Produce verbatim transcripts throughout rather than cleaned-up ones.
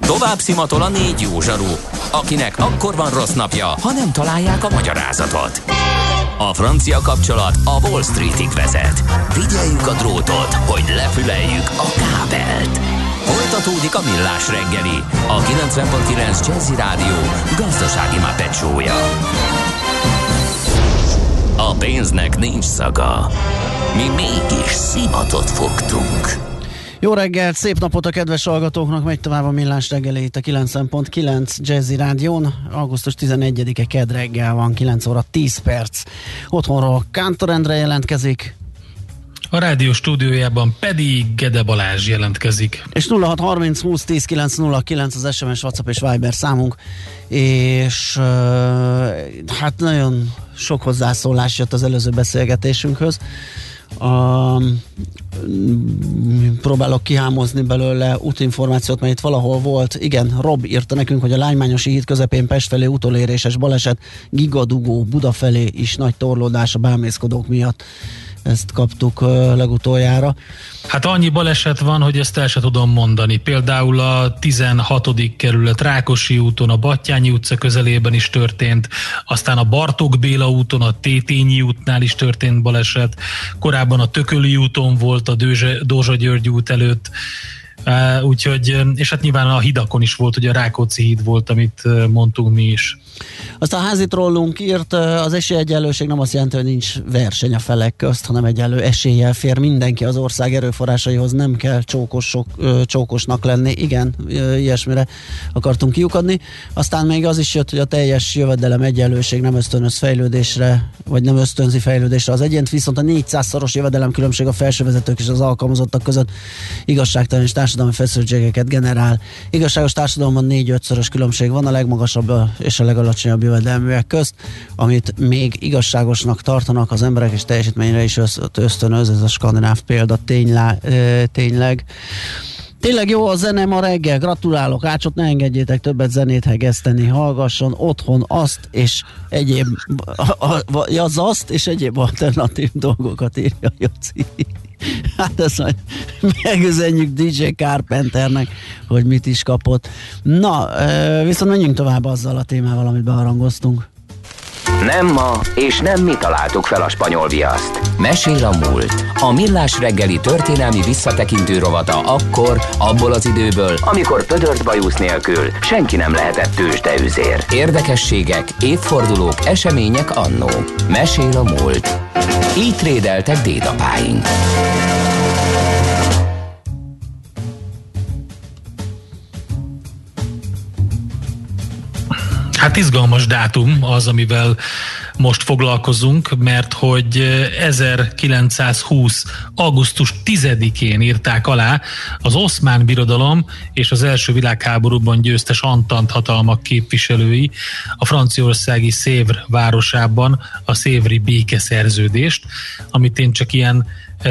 Tovább szimatol a négy jó zsaru, akinek akkor van rossz napja, ha nem találják a magyarázatot. A francia kapcsolat a Wall Streetig vezet. Figyeljük a drótot, hogy lefüleljük a kábelt. Folytatódik a Millás reggeli, a kilencven pont kilenc Jazzy Rádió gazdasági mápecsója. A pénznek nincs szaga. Mi mégis szimatot fogtunk. Jó reggelt, szép napot a kedves hallgatóknak, megy tovább a Millás reggeli itt a kilencven pont kilenc Jazzy Rádión. augusztus tizenegyedike kedd reggel van, kilenc óra tíz perc. Otthonról Kántor Endre jelentkezik. A rádió stúdiójában pedig Gede Balázs jelentkezik. És nulla hat harminc húsz tíz kilenc nulla kilenc az es em es, WhatsApp és Viber számunk. És uh, hát nagyon sok hozzászólás jött az előző beszélgetésünkhöz. Uh, próbálok kihámozni belőle útinformációt, mert itt valahol volt. Igen, Rob írta nekünk, hogy a Lánymányosi híd közepén Pest felé utoléréses baleset, gigadugó, Buda felé is nagy torlódás a bámészkodók miatt. Ezt kaptuk uh, legutoljára. Hát annyi baleset van, hogy ezt el sem tudom mondani. Például a tizenhatodik kerület Rákosi úton, a Battyányi utca közelében is történt, aztán a Bartók Béla úton, a Tétényi útnál is történt baleset, korábban a Tököli úton volt, a Dózsa György út előtt, Uh, úgyhogy, és hát nyilván a hidakon is volt, ugye a Rákóczi híd volt, amit uh, mondtunk mi is. Aztán a házi trollunk írt, az esélyegyenlőség nem azt jelenti, hogy nincs verseny a felek közt, hanem egyenlő eséllyel fér mindenki az ország erőforrásaihoz, nem kell csókosok, csókosnak lenni. Igen, ilyesmire akartunk kiukadni. Aztán még az is jött, hogy a teljes jövedelem egyenlőség nem ösztönöz fejlődésre, vagy nem ösztönzi fejlődésre az egyént, viszont a négyszázszoros jövedelemkülönbség a felsővezetők és az alkalmazottak között igazságtalan és társadalmi feszültségeket generál. Igazságos társadalomban négy-ötszörös különbség van, a legmagasabb és a legalacsonyabb jövedelműek közt, amit még igazságosnak tartanak az emberek, és teljesítményre is ösztönöz, ez a skandináv példa tényleg. tényleg. Tényleg jó a zene ma reggel, gratulálok, Ácsot ne engedjétek többet zenét hegeszteni, hallgasson otthon azt és egyéb az azt és egyéb alternatív dolgokat írja Joci. Hát ezt majd megüzenjük dé dzsé Carpenternek, hogy mit is kapott. Na, viszont menjünk tovább azzal a témával, amit beharangoztunk. Nem ma, és nem mi találtuk fel a spanyol viaszt. Mesél a múlt. A Millás reggeli történelmi visszatekintő rovata akkor, abból az időből, amikor pödört bajusz nélkül senki nem lehetett tőzsdeüzér. Érdekességek, évfordulók, események annó. Mesél a múlt. Így trédeltek dédapáink. Hát izgalmas dátum az, amivel most foglalkozunk, mert hogy ezerkilencszázhúsz. augusztus tizedikén írták alá az Oszmán Birodalom és az első világháborúban győztes Antant hatalmak képviselői a franciaországi Szévr városában a szévri békeszerződést, amit én csak ilyen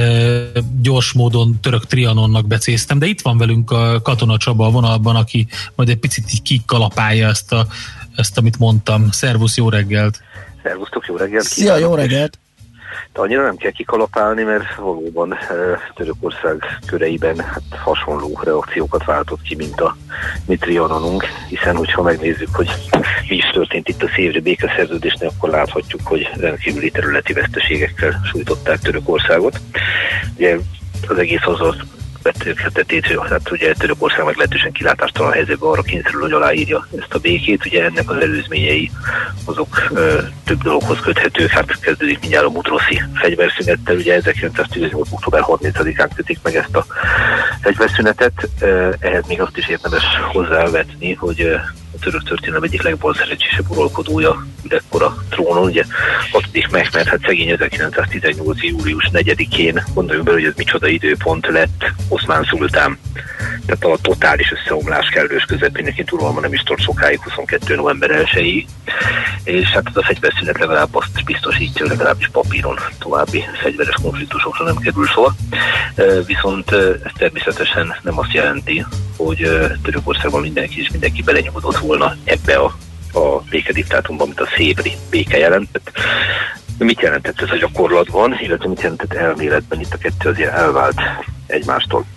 gyors módon török trianonnak becéztem, de itt van velünk a Katona Csaba a vonalban, aki majd egy picit így kikalapálja ezt, a, ezt amit mondtam. Szervusz, jó reggelt! Szervusztok, jó reggelt! Szia, jó reggelt! De annyira nem kell kikalapálni, mert valóban Törökország köreiben hát hasonló reakciókat váltott ki, mint a mi trianonunk, hiszen hogyha megnézzük, hogy mi is történt itt a szévri békeszerződésnél, akkor láthatjuk, hogy rendkívüli területi veszteségekkel sújtották Törökországot. Ugye az egész azzal vetőkhetetét, hát ugye Törökország meglehetősen kilátástalan helyzetben arra kényszerül, hogy aláírja ezt a békét. Ugye ennek az előzményei azok ö, több dologhoz köthetők, hát kezdődik mindjárt a Mutroszi fegyverszünettel, ugye ezerkilencszáztizennyolc. október harmincadikán kötik meg ezt a fegyverszünetet. Ö, ehhez még azt is érdemes hozzávetni, hogy ö, a török történelem egyik legbalszerencsésebb uralkodója ülekkor a trónon, ugye hatodik Mehmed, hát szegény ezerkilencszáztizennyolc. július negyedikén, gondoljunk bele, hogy ez micsoda időpont lett, Oszmán szultán, tehát a totális összeomlás kellős közepén, uralma nem is tart sokáig, huszonkettő november elsejéig, és hát ez a fegyverszünet legalább azt biztosítja, legalábbis papíron további fegyveres konfliktusokra nem kerül sor. Viszont ez természetesen nem azt jelenti, hogy Törökországban mindenki és mindenki belenyugodott volna ebbe a, a békediktátumban, amit a szévri béke jelentett. Mit jelentett ez a gyakorlatban, illetve mit jelentett elméletben? Itt a kettő azért elvált egymástól.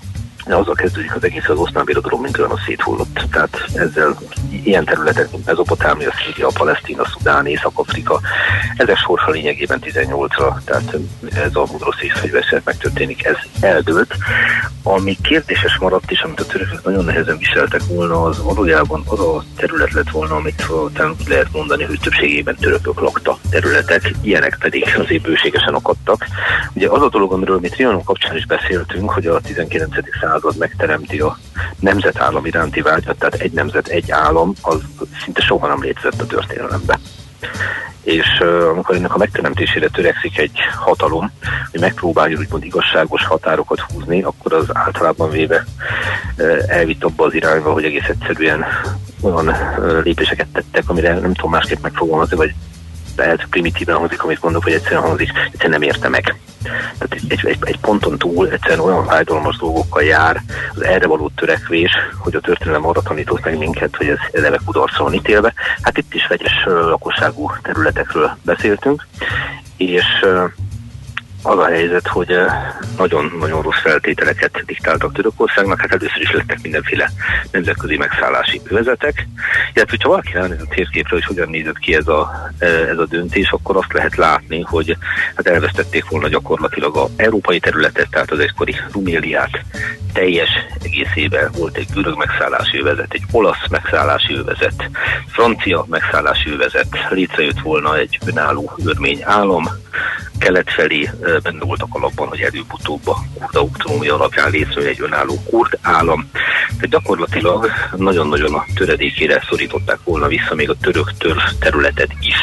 azzal kezdődik az egész, az oszmán birodalom, mint olyan, a széthullott. Tehát ezzel ilyen területek, mint Mezopotámia, Szíria, Palesztina, Szudán, Észak-Afrika, ezek sorsa lényegében tizennyolcra, tehát ez a mudroszi fegyverszünet megtörténik, ez eldőlt. Ami kérdéses maradt is, amit a törökök nagyon nehezen viseltek volna, az valójában az a terület lett volna, amit talán lehet mondani, hogy többségében törökök lakta területek, ilyenek pedig azért bőségesen akadtak. Ugye az a dolog, amiről mi Trianon kapcsán is beszéltünk, hogy a tizenkilencedik század megteremti a nemzetállam iránti vágyat, tehát egy nemzet, egy állam, az szinte soha nem létezett a történelembe. És uh, amikor ennek a megteremtésére törekszik egy hatalom, hogy megpróbálja úgymond igazságos határokat húzni, akkor az általában véve uh, elvitt abba az irányba, hogy egész egyszerűen olyan uh, lépéseket tettek, amire nem tudom másképp megfogalmazni, vagy lehet primitíven hangzik, amit mondok, hogy egyszerűen hangzik, egyszerűen nem érte meg. Tehát egy, egy, egy ponton túl egyszerűen olyan fájdalmas dolgokkal jár az erre való törekvés, hogy a történelem arra tanított meg minket, hogy ez eleve kudarcra van ítélve. Hát itt is vegyes lakosságú területekről beszéltünk, és az a helyzet, hogy nagyon-nagyon rossz feltételeket diktáltak Törökországnak, hát először is lettek mindenféle nemzetközi megszállási övezetek. Illetve, hogyha valaki ránéz a térképre, hogy hogyan nézett ki ez a, ez a döntés, akkor azt lehet látni, hogy hát elvesztették volna gyakorlatilag az európai területet, tehát az egykori Ruméliát teljes egészében. Volt egy görög megszállási övezet, egy olasz megszállási övezet, francia megszállási övezet, létrejött volna egy önálló örmény állam, kelet felé benne voltak alapban, hogy előbb-utóbb a kurd autonómia alapján létrejön egy önálló kurd állam. Tehát gyakorlatilag nagyon-nagyon a töredékére szorították volna vissza még a török területet is.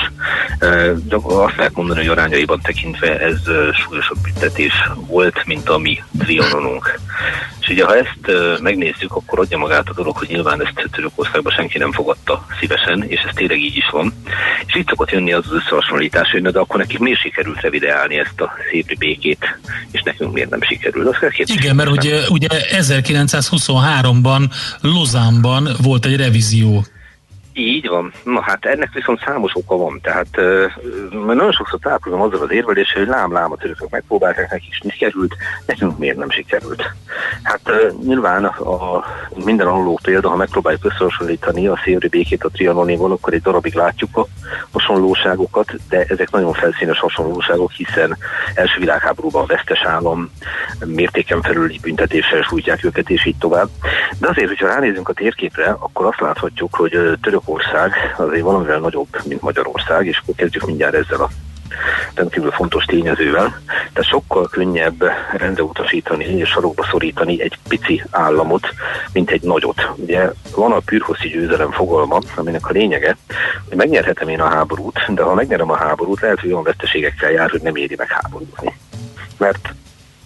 De azt lehet mondani, hogy arányaiban tekintve ez súlyosabb büntetés volt, mint a mi Trianonunk. És ugye, ha ezt megnézzük, akkor adja magát a dolog, hogy nyilván ezt Törökországban senki nem fogadta szívesen, és ez tényleg így is van. És itt szokott jönni az az összehasonlítás, hogy de akkor nekik miért sikerült revideálni ezt a szépri békét, és nekünk miért nem sikerült? Igen, mert ugye, ugye ezerkilencszázhuszonháromban Lozánban volt egy revízió. Így van. Na hát ennek viszont számos oka van. Tehát uh, nagyon sokszor találkozom azzal az érveléssel, hogy lám-lám a törökök megpróbálták, nekik is sikerült, nekünk miért nem sikerült. Hát uh, nyilván a, a minden aluló példa, ha megpróbáljuk összehasonlítani a szévri békét a trianonival, akkor egy darabig látjuk a hasonlóságokat, de ezek nagyon felszínes hasonlóságok, hiszen első világháborúban a vesztes állam mértéken felüli büntetéssel sújtják őket, és így tovább. De azért, hogyha ránézünk a térképre, akkor azt láthatjuk, hogy török Ország azért valamivel nagyobb, mint Magyarország, és akkor kezdjük mindjárt ezzel a rendkívül fontos tényezővel. Tehát sokkal könnyebb rendre utasítani és sarokba szorítani egy pici államot, mint egy nagyot. Ugye van a pürhoszi győzelem fogalma, aminek a lényege, hogy megnyerhetem én a háborút, de ha megnyerem a háborút, lehet, hogy olyan veszteségekkel jár, hogy nem éri meg háborúzni. Mert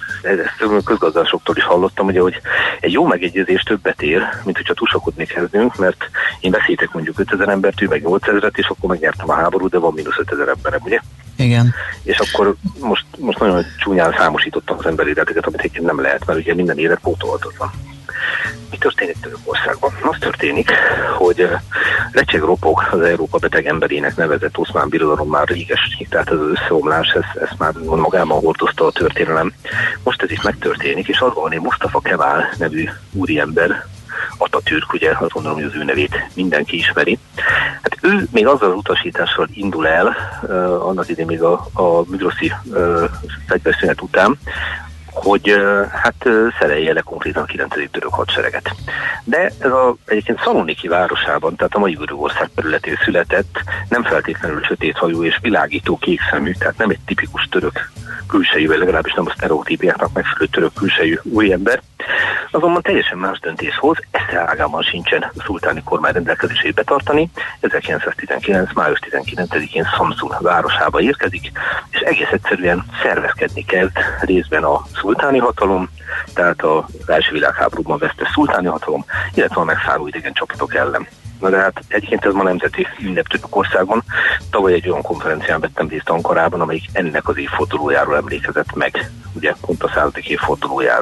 ezt közgazdásoktól is hallottam, ugye, hogy egy jó megegyezés többet ér, mint hogyha tusakodni kezdünk, mert én beszéltek mondjuk ötezer embert, ő meg nyolcezret, és akkor megnyertem a háborút, de van mínusz ötezer emberem, ugye? Igen. És akkor most, most nagyon csúnyán számosítottam az emberi életeket, amit egyébként nem lehet, mert ugye minden élet pótolhatatlan. Mi történik Törökországban? Az történik, hogy recseg ropog az Európa beteg emberének nevezett oszmán birodalom már réges, tehát ez az összeomlás, ezt, ezt már magában hordozta a történelem. Most ez is megtörténik, és az van, hogy Mustafa Kemal nevű úriember, Atatürk, ugye azt gondolom, hogy az ő nevét mindenki ismeri. Hát ő még azzal az utasítással indul el, uh, annak idén még a, a Midroszi uh, fegyverszünet után, hogy hát szerelje le konkrétan a kilencedik török hadsereget. De ez a, egyébként Szaloniki városában, tehát a mai Görögország területén született, nem feltétlenül sötéthajú és világító kékszemű, tehát nem egy tipikus török külsejű, vagy legalábbis nem a sztereotípiáknak megfelelő török külsejű úriember, azonban teljesen más döntés hoz, esze ágában sincsen a szultáni kormány rendelkezését betartani. ezerkilencszáztizenkilenc. május tizenkilencedikén Szamszun városába érkezik, és egész egyszerűen szervezkedni kezd részben a szultáni hatalom, tehát az első világháborúban vesztes szultáni hatalom, illetve a megszálló idegen csapatok ellen. Na de hát egyébként ez ma nemzeti ünnep Törökországban. Tavaly egy olyan konferencián vettem részt Ankarában, amelyik ennek az évfordulójáról emlékezett meg, ugye pont a századik évfordulójáról.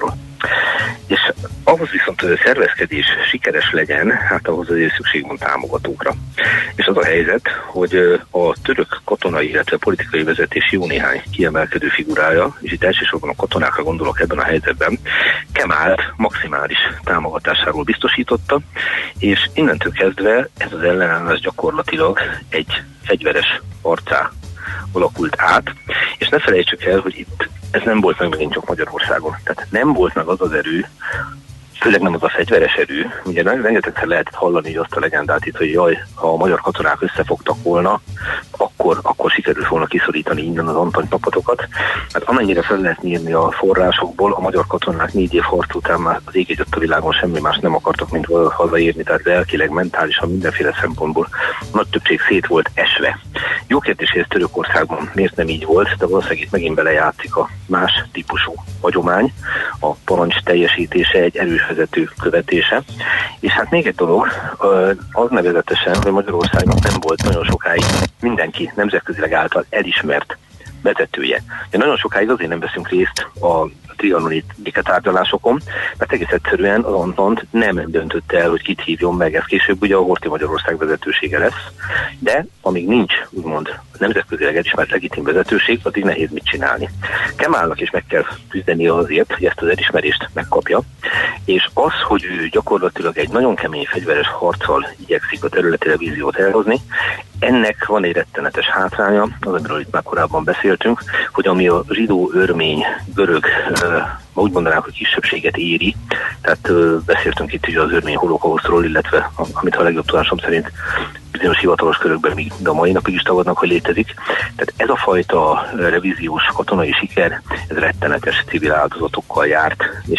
És ahhoz viszont, hogy a szervezkedés sikeres legyen, hát ahhoz azért szükség van támogatókra. És az a helyzet, hogy a török katonai, illetve politikai vezetés jó néhány kiemelkedő figurája, és itt elsősorban a katonákra gondolok ebben a helyzetben, Kemált maximális támogatásáról biztosította, és innentől kezdve ez az ellenállás gyakorlatilag egy fegyveres harcá alakult át, és ne felejtsük el, hogy itt ez nem volt meg megint csak Magyarországon. Tehát nem volt meg az az erő, főleg nem az a fegyveres erő. Ugye rengetegszer lehetett hallani azt a legendát itt, hogy jaj, ha a magyar katonák összefogtak volna, akkor, akkor sikerült volna kiszorítani innen az Antal csapatokat. Hát amennyire fel lehet írni a forrásokból, a magyar katonák négy év harc után már az ég egyet a világon semmi más nem akartak, mint hazaérni, tehát lelkileg, mentálisan, mindenféle szempontból nagy többség szét volt esve. Jó kérdés, hogy ez Törökországban miért nem így volt, de valószínűleg itt megint belejátszik a más típusú hagyomány, a parancs teljesítése, egy erős vezető követése. És hát még egy dolog, az nevezetesen, hogy Magyarországnak nem volt nagyon sokáig mindenki nemzetközileg által elismert vezetője. De nagyon sokáig azért nem veszünk részt a trianoni béketárgyalásokon, mert egész egyszerűen az Antant nem döntötte el, hogy kit hívjon meg, ez később ugye a Horthy Magyarország vezetősége lesz, de amíg nincs úgymond nemzetközileg elismert legitim vezetőség, addig nehéz mit csinálni. Kemálnak is meg kell küzdeni azért, hogy ezt az elismerést megkapja, és az, hogy ő gyakorlatilag egy nagyon kemény fegyveres harccal igyekszik a területi revíziót elhozni, ennek van egy rettenetes hátránya, az, amiről itt már korábban beszéltünk, hogy ami a zsidó, örmény, görög, ma úgy mondanánk, hogy kisebbséget éri, tehát beszéltünk itt ugye az örmény holokausztról, illetve amit a legjobb tudásom szerint bizonyos hivatalos körökben még de a mai napig is tagadnak, hogy létezik. Tehát ez a fajta revíziós katonai siker, ez rettenetes civil áldozatokkal járt, és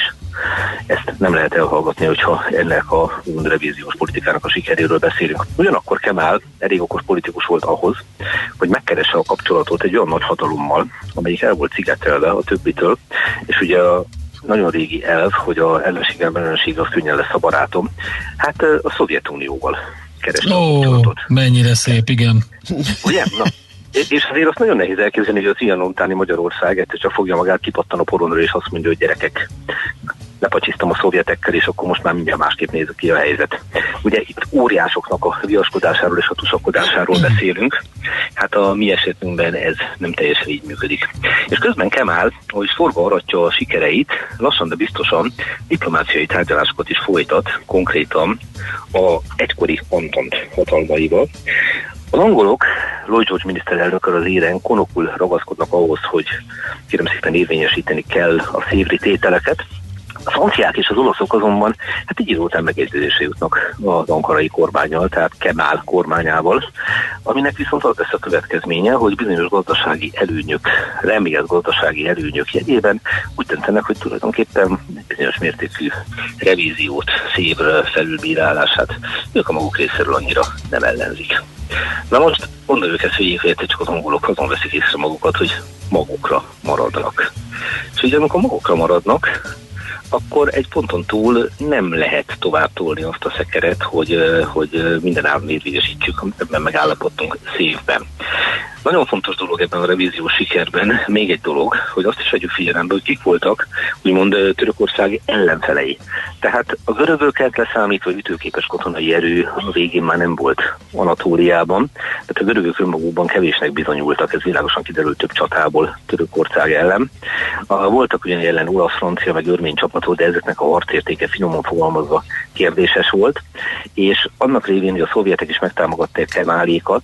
ezt nem lehet elhallgatni, hogyha ennek a revíziós politikának a sikeréről beszélünk. Ugyanakkor Kemál elég okos politikus volt ahhoz, hogy megkeresse a kapcsolatot egy olyan nagy hatalommal, amelyik el volt szigetelve a többitől, és ugye a nagyon régi elv, hogy a ellenségem ellenség az könnyen lesz a barátom, hát a Szovjetunióval kereste oh, a kapcsolatot. Mennyire szép, igen. Ugye? Na. És azért azt nagyon nehéz elképzelni, hogy a Trianon utáni Magyarország egyszer csak fogja magát, kipattan a poronra, és azt mondja, hogy gyerekek, lepacsisztam a szovjetekkel, és akkor most már mindjárt másképp néz ki a helyzet. Ugye itt óriásoknak a viaskodásáról és a tusakodásáról beszélünk, hát a mi esetünkben ez nem teljesen így működik. És közben Kemál, ahogy sorba aratja a sikereit, lassan, de biztosan diplomáciai tárgyalásokat is folytat, konkrétan a egykori Antant hatalmaival. Az angolok Lloyd George miniszterelnökkel az éren konokul ragaszkodnak ahhoz, hogy kérem szépen érvényesíteni kell a szévri tételeket. A franciák és az olaszok azonban hát egy idő után megegyezésre jutnak az ankarai kormánnyal, tehát Kemál kormányával, aminek viszont az lesz a következménye, hogy bizonyos gazdasági előnyök, remélt gazdasági előnyök jegyében úgy döntenek, hogy tulajdonképpen bizonyos mértékű revíziót, szévre felülbírálását ők a maguk részéről annyira nem ellenzik. Na most gondoljuk ezt, hogy évfélete csak az angolok azon veszik észre magukat, hogy magukra maradnak. És ugye amikor magukra maradnak, akkor egy ponton túl nem lehet tovább tolni azt a szekeret, hogy, hogy minden áron érvényesítsük, ebben megállapodtunk szívben. Nagyon fontos dolog ebben a revíziós sikerben, még egy dolog, hogy azt is vegyük figyelembe, hogy kik voltak, úgymond Törökország ellenfelei. Tehát a görögöket leszámítva ütőképes katonai erő a végén már nem volt Anatóliában, tehát a görögök önmagukban kevésnek bizonyultak, ez világosan kiderült több csatából Törökország ellen. Voltak ugyan ellen olasz, francia, meg örmény csapatok, de ezeknek a harcértéke finoman fogalmazva kérdéses volt, és annak révén, hogy a szovjetek is megtámogatták Kemálékat,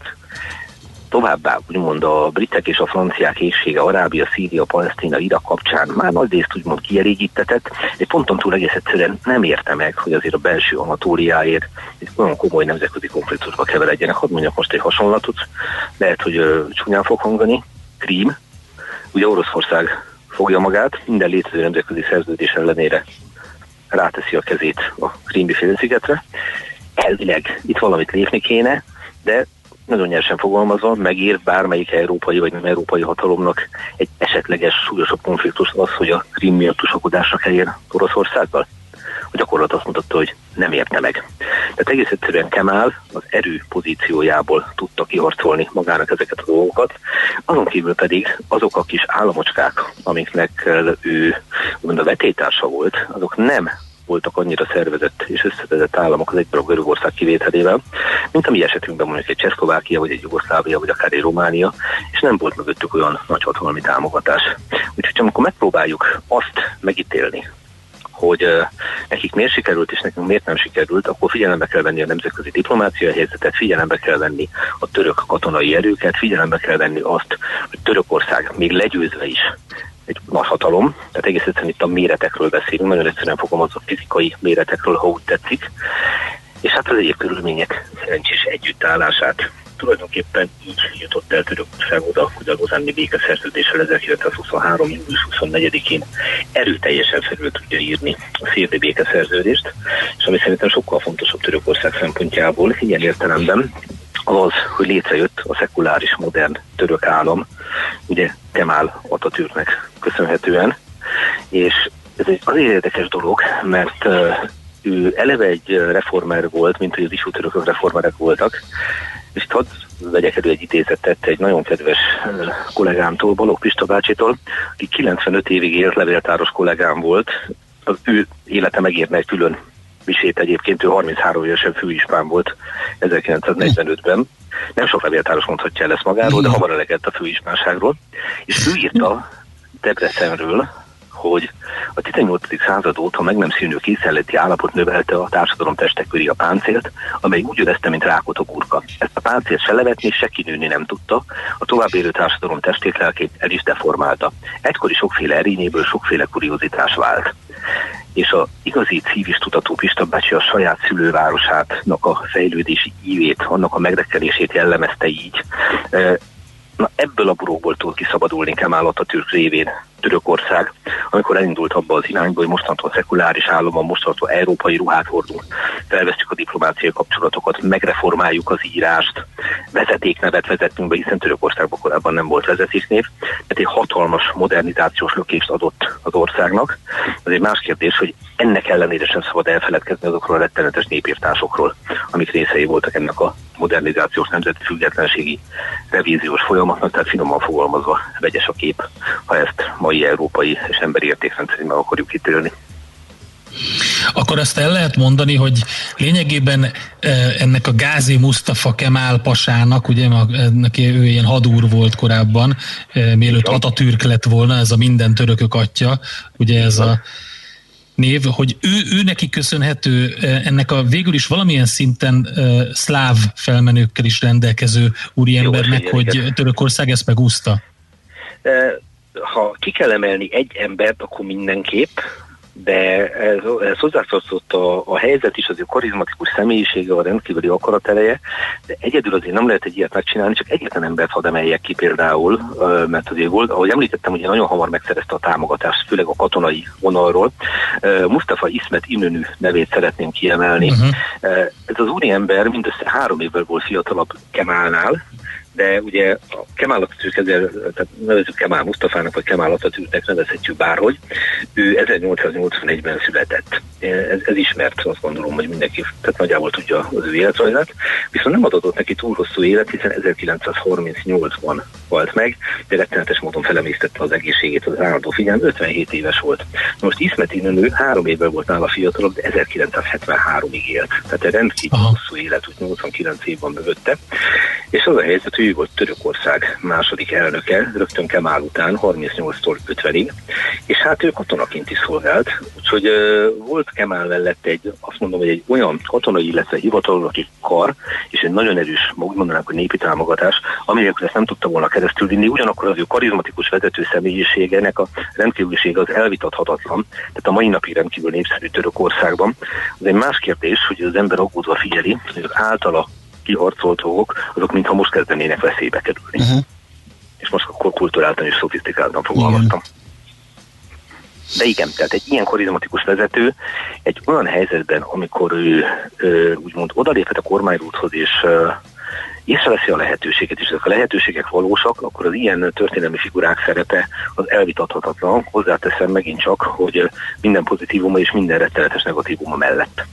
továbbá úgymond a britek és a franciák éhsége Arábia, Szíria, Palesztina, Irak kapcsán már nagy részt úgymond kielégítetett, egy ponton túl egész egyszerűen nem érte meg, hogy azért a belső Anatóliáért egy olyan komoly nemzetközi konfliktusba keveredjenek. Hadd mondjak most egy hasonlatot, lehet, hogy uh, csúnyán fog hangani, Krím, ugye Oroszország fogja magát, minden létező nemzetközi szerződés ellenére ráteszi a kezét a Krími félszigetre. Elvileg itt valamit lépni kéne, de nagyon nyersen fogalmazva, megír bármelyik európai vagy nem európai hatalomnak egy esetleges súlyosabb konfliktus az, hogy a Krím miatt tusakodásra kelljen Oroszországgal. a gyakorlat azt mutatta, hogy nem érte meg. Tehát egész egyszerűen Kemal az erő pozíciójából tudta kiharcolni magának ezeket a dolgokat, azon kívül pedig azok a kis államocskák, amiknek ő úgymond a vetélytársa volt, azok nem voltak annyira szervezett és összevetett államok az egyben a Görögország kivételével, mint a mi esetünkben mondjuk egy Csehszlovákia, vagy egy Jugoszlávia, vagy akár egy Románia, és nem volt mögöttük olyan nagyhatalmi támogatás. Úgyhogy amikor megpróbáljuk azt megítélni, hogy uh, nekik miért sikerült és nekünk miért nem sikerült, akkor figyelembe kell venni a nemzetközi diplomáciai helyzetet, figyelembe kell venni a török katonai erőket, figyelembe kell venni azt, hogy Törökország még legyőzve is egy nagy hatalom, tehát egész egyszerűen itt a méretekről beszélünk, nagyon egyszerűen fogalmazva fizikai méretekről, ha úgy tetszik, és hát az egyéb körülmények szerencsés együttállását. Tulajdonképpen így jutott el Törökország oda, hogy a Lausanne-i békeszerződéssel ezerkilencszázhuszonhárom. július huszonnegyedikén erőteljesen felül tudja írni a szirti békeszerződést, és ami szerintem sokkal fontosabb Törökország szempontjából, ilyen értelemben, az, hogy létrejött a szekuláris, modern török állam, ugye Kemal Atatürknek köszönhetően, és ez egy azért érdekes dolog, mert uh, ő eleve egy reformer volt, mint hogy az isú törökök reformerek voltak, és hadd vegyek elő egy idézetet egy nagyon kedves uh, kollégámtól, Balogh Pista bácsitól, aki kilencvenöt évig élt, levéltáros kollégám volt, az ő élete megérne egy külön misét egyébként, ő harminchárom évesen főispán volt ezerkilencszáznegyvenötben. Nem sok levéltáros mondhatja el ezt magáról, de hamar elegett a főispánságról. És ő írta Debrecenről, hogy a tizennyolcadik század óta meg nem szűnő készenléti állapot növelte a társadalom testek köré a páncélt, amely úgy érezte, mint rákot a gurka. Ezt a páncélt se levetni, se kinőni nem tudta, a tovább élő társadalom testét, lelkét el is deformálta. Egykori sokféle erényéből sokféle kuriozitás vált. És a igazi cívis tudatú Pista bácsi a saját szülővárosátnak a fejlődési ívét, annak a megrekelését jellemezte így. Na, ebből a burókból tud kiszabadulni Kemal Atatürk révén Törökország, amikor elindult abba az irányba, hogy mostantól szekuláris államban, mostantól európai ruhát hordunk, felvesztjük a diplomáciai kapcsolatokat, megreformáljuk az írást, vezetéknevet vezetünk be, hiszen Törökországban korábban nem volt vezetéknév, tehát egy hatalmas modernizációs lökést adott az országnak. Az egy más kérdés, hogy ennek ellenére sem szabad elfeledkezni azokról a rettenetes népírtásokról, amik részei voltak ennek a modernizációs nemzeti függetlenségi revíziós folyamatnak, tehát finoman fogalmazva vegyes a kép, ha ezt mai európai és emberi értékrendszerint meg akarjuk ítélni. Akkor azt el lehet mondani, hogy lényegében ennek a Gázi Mustafa Kemal pasának, ugye neki ő ilyen hadúr volt korábban, mielőtt Atatürk lett volna, ez a minden törökök atya, ugye ez a név, hogy ő, ő neki köszönhető ennek a végül is valamilyen szinten uh, szláv felmenőkkel is rendelkező úriembernek, hogy Törökország ezt megúszta? Ha ki kell emelni egy embert, akkor mindenképp, de ez, ez hozzátartozott a, a helyzet is, az ő karizmatikus személyisége, a rendkívüli akaratereje, de egyedül azért nem lehet egy ilyet megcsinálni, csak egyetlen embert hadd emeljek ki például, mert azért volt, ahogy említettem, ugye nagyon hamar megszerezte a támogatást, főleg a katonai vonalról. Mustafa İsmet İnönü nevét szeretném kiemelni. Uh-huh. Ez az úriember mindössze három évvel volt fiatalabb Kemalnál, de ugye a Kemal Atatürk, tehát nevezzük Kemal Mustafának, vagy Kemal Atatürknek, nevezhetjük bárhogy, ő ezernyolcszáznyolcvanegyben született. Ez, ez ismert, azt gondolom, hogy mindenki, tehát nagyjából tudja az ő életrajzát, viszont nem adott neki túl hosszú élet, hiszen ezerkilencszázharmincnyolcban halt meg, de rettenetes módon felemésztette az egészségét, az állandó figyelem, ötvenhét éves volt. Most İsmet İnönü három évvel volt nála fiatalabb, de ezerkilencszázhetvenháromig élt. Tehát egy rendkívül hosszú élet, úgy nyolcvankilenc év van mögötte. És az a helyzet, hogy ő volt Törökország második elnöke, rögtön Kemal után, harmincnyolctól ötvenig, és hát ő katonaként is szolgált, úgyhogy uh, volt Kemal mellett egy, azt mondom, hogy egy olyan katonai, illetve hivatalnoki kar, és egy nagyon erős, úgy mondanánk, hogy népi támogatás, amelyek ezt nem tudta volna keresztül vinni, ugyanakkor az ő karizmatikus vezető személyisége, ennek a rendkívülisége az elvitathatatlan, tehát a mai napig rendkívül népszerű Törökországban. Az egy más kérdés, hogy az ember aggódva figyeli, hogy az általa kiharcolt dolgok, azok mintha most kezdenének veszélybe kerülni. Uh-huh. És most akkor kulturáltan és szofisztikáltan fogalmaztam. Igen. De igen, tehát egy ilyen karizmatikus vezető egy olyan helyzetben, amikor ő, ő úgymond odalépett a kormányrúdhoz, és, észreveszi a lehetőséget, és ezek a lehetőségek valósak, akkor az ilyen történelmi figurák szerepe az elvitathatatlan. Hozzáteszem megint csak, hogy minden pozitívuma és minden rettenetes negatívuma mellett.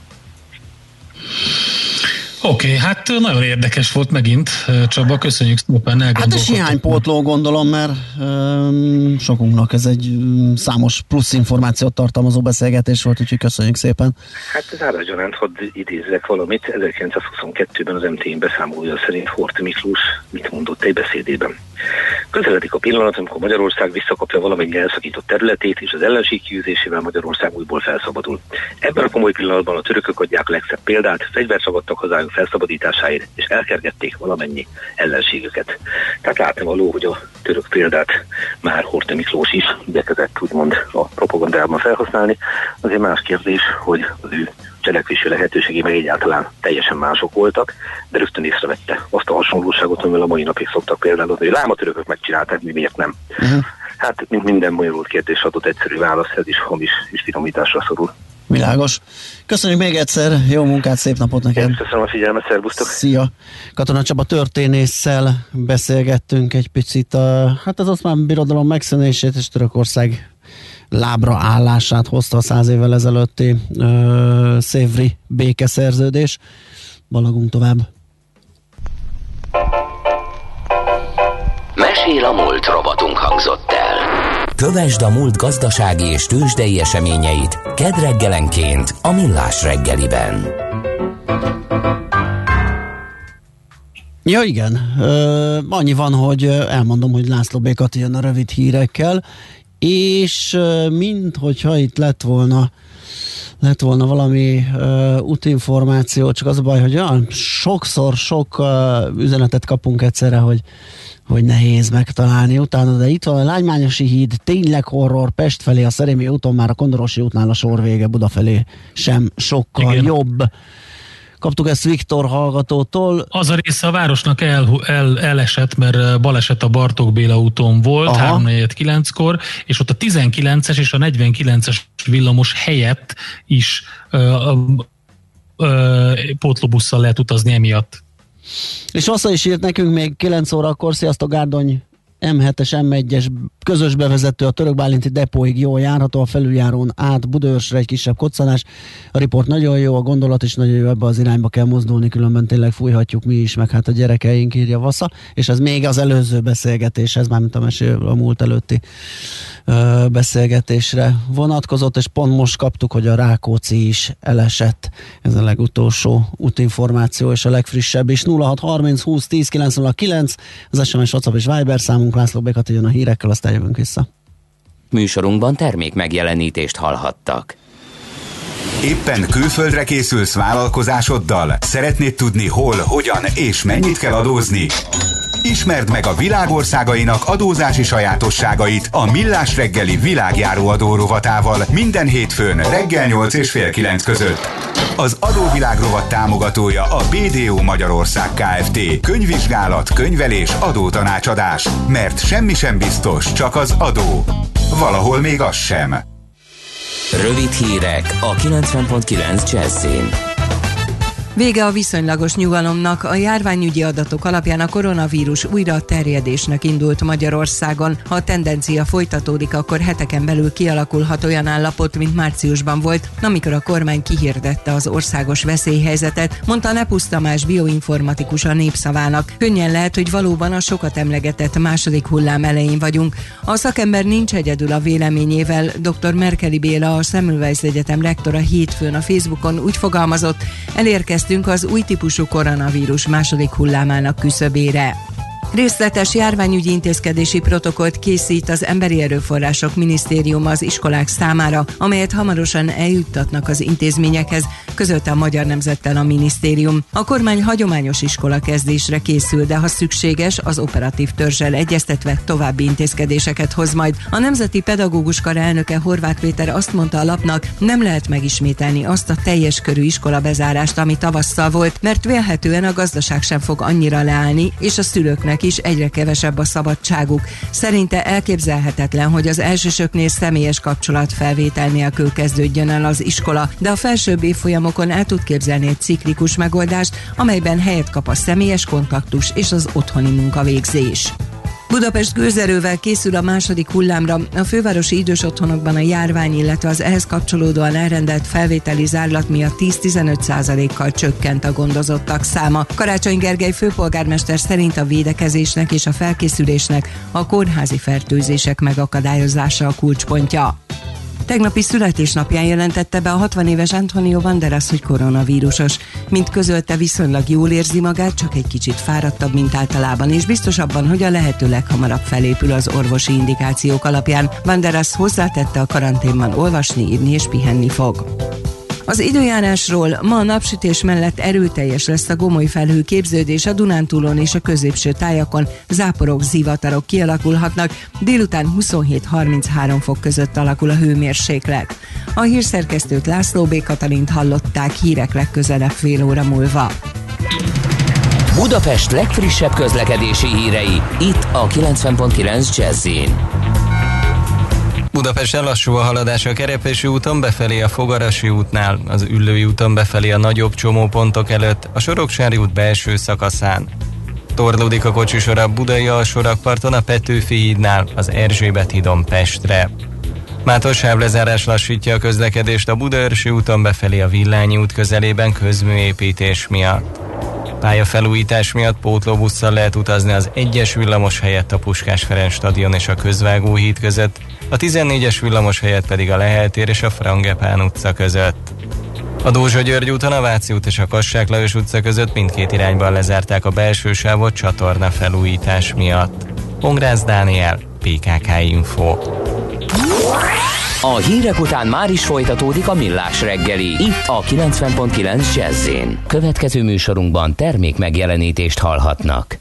Oké, okay, hát nagyon érdekes volt megint, Csaba, köszönjük szépen, hát ez hiánypótló, gondolom, mert um, sokunknak ez egy um, számos plusz információt tartalmazó beszélgetés volt, úgyhogy köszönjük szépen. Hát zára gyanánt, hadd idézzek valamit. ezerkilencszázhuszonkettőben az em té en beszámolója szerint Horthy Miklós mit mondott egy beszédében. Közeledik a pillanat, amikor Magyarország visszakapja valamennyi elszakított területét, és az ellenség kiűzésével Magyarország újból felszabadul. Ebben a komoly pillanatban a törökök adják a legszebb példát, fegyvert ragadtak hazájuk felszabadításáért, és elkergették valamennyi ellenségüket. Tehát látnivaló, hogy a török példát már Horthy Miklós is igyekezett úgymond a propagandában felhasználni. Azért más kérdés, hogy az ő cselekvési lehetőségé meg egyáltalán teljesen mások voltak, de rögtön észrevette azt a hasonlóságot, amivel a mai napig szoktak például, hogy lám a törökök megcsinálták, mi miért nem. Uh-huh. Hát, mint minden bonyolult kérdés adott egyszerű válasz, ez is hamis és finomításra szorul. Világos. Köszönjük még egyszer, jó munkát, szép napot neked. Én köszönöm a figyelmet, szervusztok. Szia. Katona Csaba történésszel beszélgettünk egy picit, a, hát az oszmán birodalom megszűnését és Törökország lábra állását hozta a száz évvel ezelőtti ö, Szévri békeszerződés. Balagunk tovább. Mesél a múlt robotunk hangzott el. Kövesd a múlt gazdasági és tőzsdei eseményeit kedd reggelenként a Millás reggeliben. Ja igen, ö, annyi van, hogy elmondom, hogy László B. Kati jön a rövid hírekkel, és mint hogyha itt lett volna lett volna valami uh, útinformáció, csak az a baj, hogy olyan sokszor sok uh, üzenetet kapunk egyszerre, hogy, hogy nehéz megtalálni utána, de itt van a Lágymányosi híd, tényleg horror, Pest felé a Szerémi úton, már a Kondorosi útnál a sor vége, Buda felé sem sokkal igen. jobb. Kaptuk ezt Viktor hallgatótól. Az a része a városnak el, el, elesett, mert baleset a Bartók Béla úton volt, három negyven kilenckor, és ott a tizenkilences és a negyvenkilences villamos helyett is ö, ö, pótlóbusszal lehet utazni emiatt. És Vassza is írt nekünk még kilenc órakor, sziasztok, Gárdony em hetes, em egyes közös bevezető a Török Bálinti depóig jól járható, a felüljárón át Budaörsre egy kisebb koccanás. A riport nagyon jó, a gondolat is nagyon jó, ebbe az irányba kell mozdulni, különben tényleg fújhatjuk mi is, meg hát a gyerekeink, írja Vassza, és ez még az előző beszélgetéshez, mármint a mesé a múlt előtti ö, beszélgetésre vonatkozott, és pont most kaptuk, hogy a Rákóczi is elesett. Ez a legutolsó útinformáció, és a legfrissebb is. nulla hat harminc húsz tíz kilenc nulla kilenc az es em es, WhatsApp és Viber számunk. László B. Kati jön a hírekkel, aztán jövünk vissza. Műsorunkban termék megjelenítést hallhattak. Éppen külföldre készülsz vállalkozásoddal? Szeretnéd tudni hol, hogyan és mennyit kell adózni? Ismerd meg a világ országainak adózási sajátosságait a Millás reggeli világjáró adó rovatával minden hétfőn reggel nyolc és fél kilenc között. Az adóvilág rovat támogatója a bé dé o Magyarország Kft. Könyvvizsgálat, könyvelés, adótanácsadás. Mert semmi sem biztos, csak az adó. Valahol még az sem. Rövid hírek a kilencven pont kilenc Jazzin. Vége a viszonylagos nyugalomnak, a járványügyi adatok alapján a koronavírus újra terjedésnek indult Magyarországon. Ha a tendencia folytatódik, akkor heteken belül kialakulhat olyan állapot, mint márciusban volt, amikor a kormány kihirdette az országos veszélyhelyzetet, mondta Nepusz Tamás bioinformatikus a Népszavának. Könnyen lehet, hogy valóban a sokat emlegetett második hullám elején vagyunk. A szakember nincs egyedül a véleményével, dr. Merkeli Béla, a Semmelweis Egyetem rektora hétfőn a Facebookon úgy fogalmazott, elérkeztünk az új típusú koronavírus második hullámának küszöbére. Részletes járványügyi intézkedési protokollt készít az Emberi Erőforrások Minisztériuma az iskolák számára, amelyet hamarosan eljuttatnak az intézményekhez, közölte a Magyar Nemzettel a minisztérium. A kormány hagyományos iskolakezdésre készül, de ha szükséges, az operatív törzsel egyeztetve további intézkedéseket hoz majd. A Nemzeti Pedagógus Kar elnöke Horváth Péter azt mondta a lapnak, nem lehet megismételni azt a teljes körű iskola bezárást, ami tavasszal volt, mert vélhetően a gazdaság sem fog annyira leállni, és a szülőknek vezetőknek is egyre kevesebb a szabadságuk. Szerinte elképzelhetetlen, hogy az elsősöknél személyes kapcsolatfelvétel nélkül kezdődjön el az iskola, de a felsőbb évfolyamokon el tud képzelni egy ciklikus megoldást, amelyben helyet kap a személyes kontaktus és az otthoni munkavégzés. Budapest gőzerővel készül a második hullámra. A fővárosi idős otthonokban a járvány, illetve az ehhez kapcsolódóan elrendelt felvételi zárlat miatt tíz-tizenöt százalékkal csökkent a gondozottak száma. Karácsony Gergely főpolgármester szerint a védekezésnek és a felkészülésnek a kórházi fertőzések megakadályozása a kulcspontja. Tegnapi születésnapján jelentette be a hatvan éves Antonio Banderas, hogy koronavírusos. Mint közölte, viszonylag jól érzi magát, csak egy kicsit fáradtabb, mint általában, és biztos abban, hogy a lehető leghamarabb felépül az orvosi indikációk alapján. Banderas hozzátette, a karanténban olvasni, írni és pihenni fog. Az időjárásról: ma a napsütés mellett erőteljes lesz a gomoly felhőképződés, a Dunántúlon és a középső tájakon záporok, zivatarok kialakulhatnak, délután huszonhét-harminchárom fok között alakul a hőmérséklet. A hírszerkesztőt, László B. Katalint hallották, hírek legközelebb fél óra múlva. Budapest legfrissebb közlekedési hírei, itt a kilencven pont kilenc Jazz-in. Budapesten lassú a haladás a Kerepesi úton befelé a Fogarasi útnál, az Üllői úton befelé a nagyobb csomópontok előtt, a Soroksári út belső szakaszán. Torlódik a kocsisor a Budai alsórakparton a Petőfi hídnál, az Erzsébet hídon Pestre. Mától sávlezárás lassítja a közlekedést a Budaörsi úton befelé a Villányi út közelében közműépítés miatt. Pályafelújítás miatt pótlóbusszal lehet utazni az egyes villamos helyett a Puskás Ferenc stadion és a Közvágóhíd között, a tizennégyes villamos helyett pedig a Lehel tér és a Frangepán utca között. A Dózsa-György úton a Váci út és a Kassák Lajos utca között mindkét irányban lezárták a belső sávot csatorna felújítás miatt. Pongrácz Dániel, pé ká ká Info. A hírek után már is folytatódik a Millás reggeli, itt a kilencven pont kilenc Jazz-in. Következő műsorunkban termék megjelenítést hallhatnak.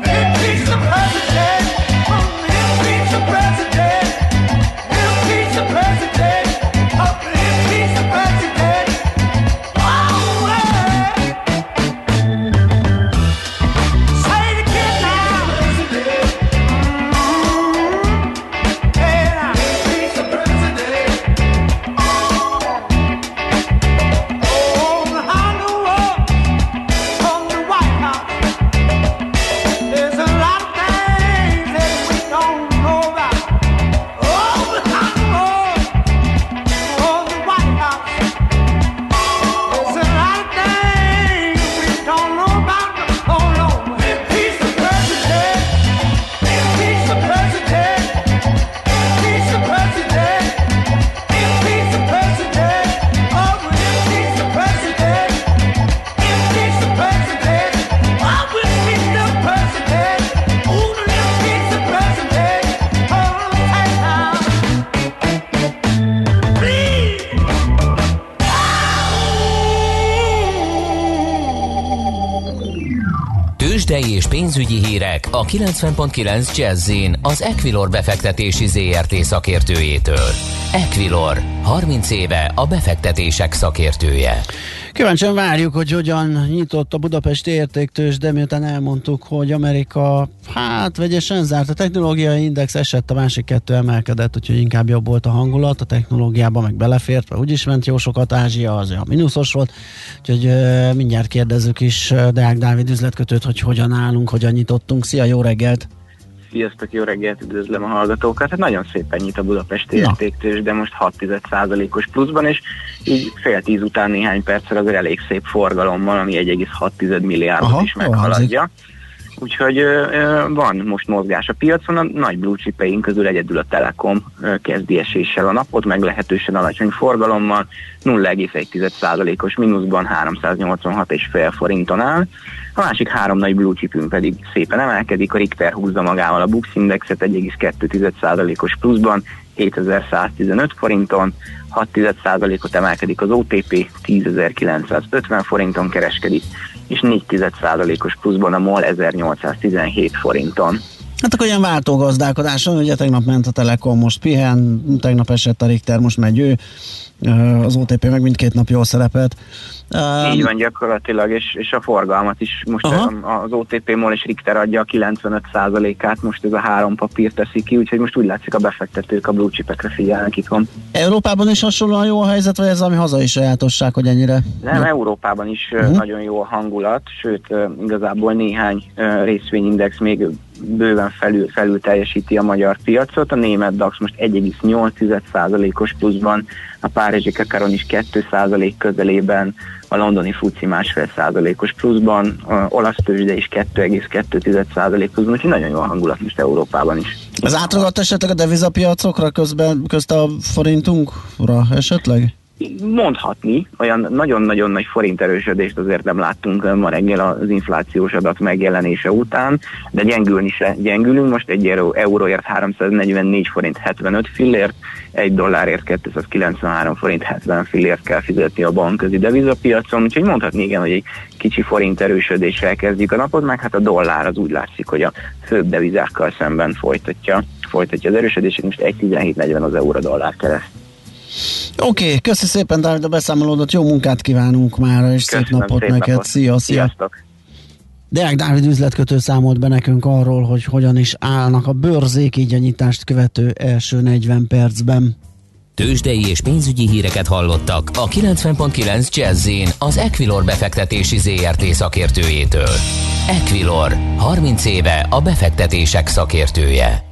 President, Tőzsdei és pénzügyi hírek a kilencven pont kilenc Jazz-in az Equilor befektetési zé er té szakértőjétől. Equilor, harminc éve a befektetések szakértője. Kíváncsian várjuk, hogy hogyan nyitott a budapesti értéktőzs, de miután elmondtuk, hogy Amerika hát vegyesen zárt, a technológiai index esett, a másik kettő emelkedett, úgyhogy inkább jobb volt a hangulat, a technológiában meg belefért, vagy úgyis ment jó sokat, Ázsia az a mínuszos volt, úgyhogy uh, mindjárt kérdezzük is Deák Dávid üzletkötőt, hogy hogyan állunk, hogyan nyitottunk. Szia, jó reggelt! Sziasztok, jó reggelt, üdvözlöm a hallgatókat. Hát nagyon szépen nyit a budapesti értéktőzs, de most hat százalékos pluszban, és így fél tíz után néhány perccel azért elég szép forgalommal, ami egy egész hat milliárdot Aha, is meghaladja. Úgyhogy ö, ö, van most mozgás a piacon, a nagy blue chipeink közül egyedül a Telekom ö, kezdi eséssel a napot, meglehetősen alacsony forgalommal, nulla egész egy százalékos mínuszban háromszáznyolcvanhat egész öt forinton áll. A másik három nagy blue chipünk pedig szépen emelkedik, a Richter húzza magával a Bux Indexet egy egész kettő százalékos pluszban, hétezer-száztizenöt forinton, hat százalékot emelkedik az o té pé, tízezer-kilencszázötven forinton kereskedik, és négy százalékos pluszban a MOL ezernyolcszáztizenhét forinton. Hát akkor ilyen váltógazdálkodáson, ugye tegnap ment a Telekom, most pihen, tegnap esett a Richter, most megy ő, az o té pé meg mindkét nap jól szerepelt. Így van gyakorlatilag, és, és a forgalmat is most Aha. az o té pé, MOL és Richter adja a kilencvenöt százalékát, most ez a három papír teszi ki, úgyhogy most úgy látszik a befektetők a blue chipekre figyelnek itthon. Európában is hasonlóan jó a helyzet, vagy ez ami hazai sajátosság, hogy ennyire? Nem, Európában is uh-huh. nagyon jó a hangulat, sőt igazából néhány részvényindex még bőven felül, felül teljesíti a magyar piacot, a német DAX most egy egész nyolc százalékos pluszban, a párizsi Kakaron is két százalék közelében, a londoni fuci másfél százalékos pluszban, a olasz tőzsde is két egész kettő százalék pluszban, úgyhogy nagyon jó a hangulat most Európában is. Az átragadt esetleg a devizapiacokra közben, közt a forintunkra esetleg? Mondhatni, olyan nagyon-nagyon nagy forint erősödést azért nem láttunk ma reggel az inflációs adat megjelenése után, de gyengülni se gyengülünk, most egy euró, euróért háromszáznegyvennégy forint hetvenöt fillért, egy dollárért kétszázkilencvenhárom forint hetven fillért kell fizetni a bankközi devizapiacon, úgyhogy mondhatni igen, hogy egy kicsi forint erősödéssel kezdjük a napot, meg hát a dollár az úgy látszik, hogy a főbb devizákkal szemben folytatja, folytatja az erősödését, most egy tizenhét negyven az euró-dollár kereszt. Oké, okay, köszi szépen, Dávid, a beszámolódot, jó munkát kívánunk már, és Köszönöm, szép napot szép neked. Napot. Szia, szia. Sziasztok. Deák Dávid üzletkötő számolt be nekünk arról, hogy hogyan is állnak a bőrzék így a nyitást követő első negyven percben. Tőzsdei és pénzügyi híreket hallottak a kilencven pont kilenc Jazz-in az Equilor befektetési zé er té szakértőjétől. Equilor, harminc éve a befektetések szakértője.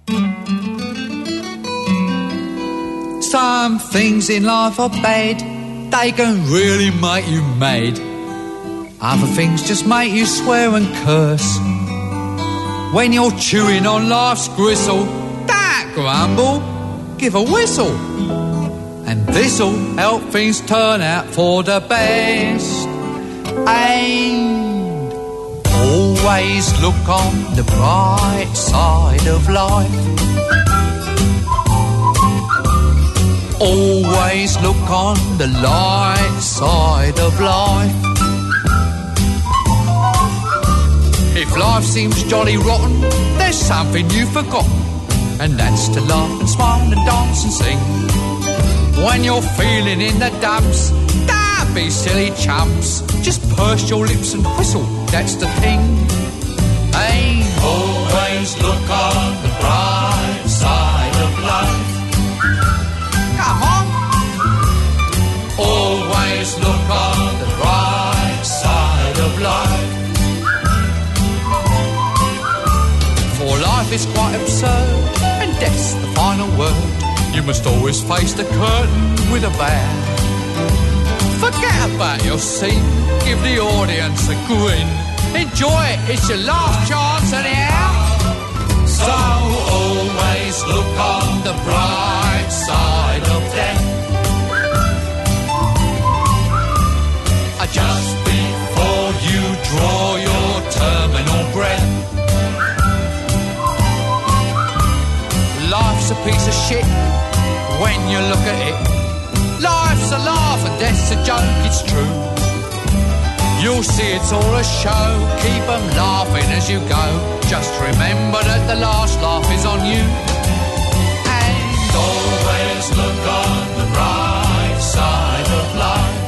Some things in life are bad, they can really make you mad. Other things just make you swear and curse. When you're chewing on life's gristle, don't grumble, give a whistle. And this'll help things turn out for the best. And always look on the bright side of life. Always look on the light side of life. If life seems jolly rotten, there's something you've forgotten, and that's to laugh and smile and dance and sing. When you're feeling in the dumps, don't be silly chumps, just purse your lips and whistle, that's the thing. Hey, always look on the bright side of life. Come on. Always look on the bright side of life. For life is quite absurd, and death's the final word. You must always face the curtain with a bow. Forget about your scene, give the audience a grin. Enjoy it, it's your last chance anyhow. So always look on the bright side of death. Just before you draw your terminal breath. Life's a piece of shit when you look at it. Life's a laugh and death's a joke, it's true. You'll see it's all a show. Keep them laughing as you go. Just remember that the last laugh is on you. And always look on the bright side of life.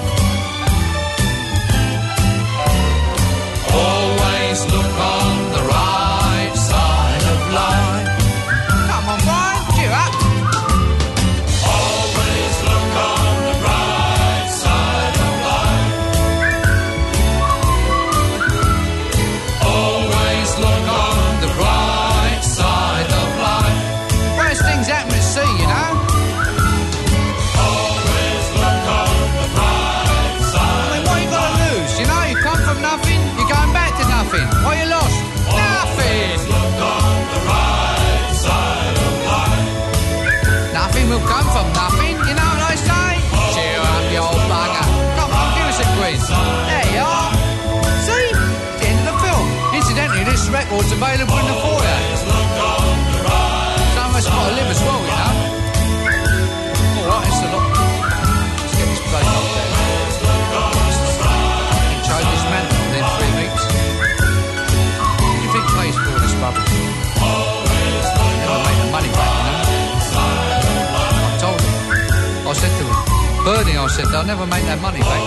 Always look on the right side of life. Come on, Brian, cheer up. Always look on the bright side of life. Always look on the right side of life. Worst things happen at sea, you know. Always look on the bright side. I mean, what you got to lose? You know, you come from nothing, you're going back to nothing. What you lost? Nothing. Look on the right side of life. Nothing will come from nothing. You know what I say? Cheer up, you old bugger. Come on, give us a quiz. There you are. See? It's the end of the film. Incidentally, this record's available in the foyer. Some of us got to live as well, you know. All right, it's a lot. Let's get this place up there. Change this man within three weeks. What do you think pays for all this rubbish? Never make the money back, you know. I told him. I said to him, Bernie, I said, they'll never make that money back.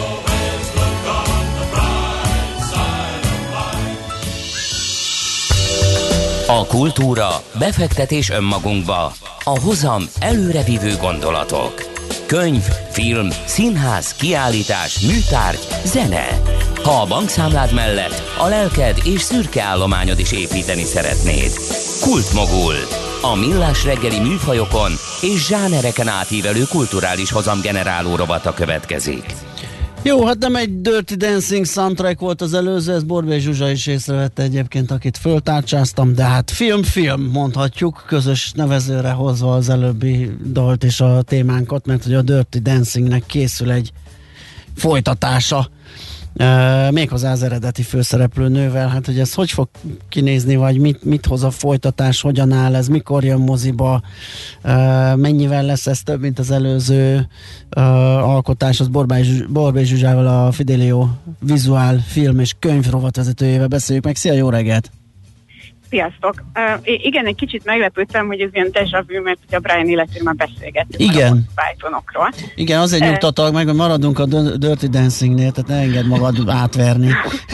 A kultúra, befektetés önmagunkba, a hozam előrevívő gondolatok. Könyv, film, színház, kiállítás, műtárgy, zene. Ha a bankszámlád mellett a lelked és szürke állományod is építeni szeretnéd. Kultmogul. A millás reggeli műfajokon és zsánereken átívelő kulturális hozamgeneráló rovata következik. Jó, hát nem egy Dirty Dancing soundtrack volt az előző, ez Borbély Zsuzsa is észrevette egyébként, akit föltárcsáztam, de hát film-film mondhatjuk, közös nevezőre hozva az előbbi dalt és a témánkat, mert hogy a Dirty Dancingnek készül egy folytatása, Uh, méghozzá az eredeti főszereplő nővel. Hát, hogy ez hogy fog kinézni, vagy mit, mit hoz a folytatás, hogyan áll ez, mikor jön moziba, uh, mennyivel lesz ez több, mint az előző uh, alkotás, az Borbély Zsuzsával, a Fidelio vizuál, film és könyv rovatvezetőjével beszéljük meg. Szia, jó reggelt! Sziasztok! Uh, igen, egy kicsit meglepődtem, hogy ez ilyen déjà vu, mert ugye a Brian életéről már beszélgettünk. Igen. A Pythonokról. Igen, azért uh, nyugtatlak meg, hogy maradunk a Dirty Dancingnél, tehát ne engedd magad átverni.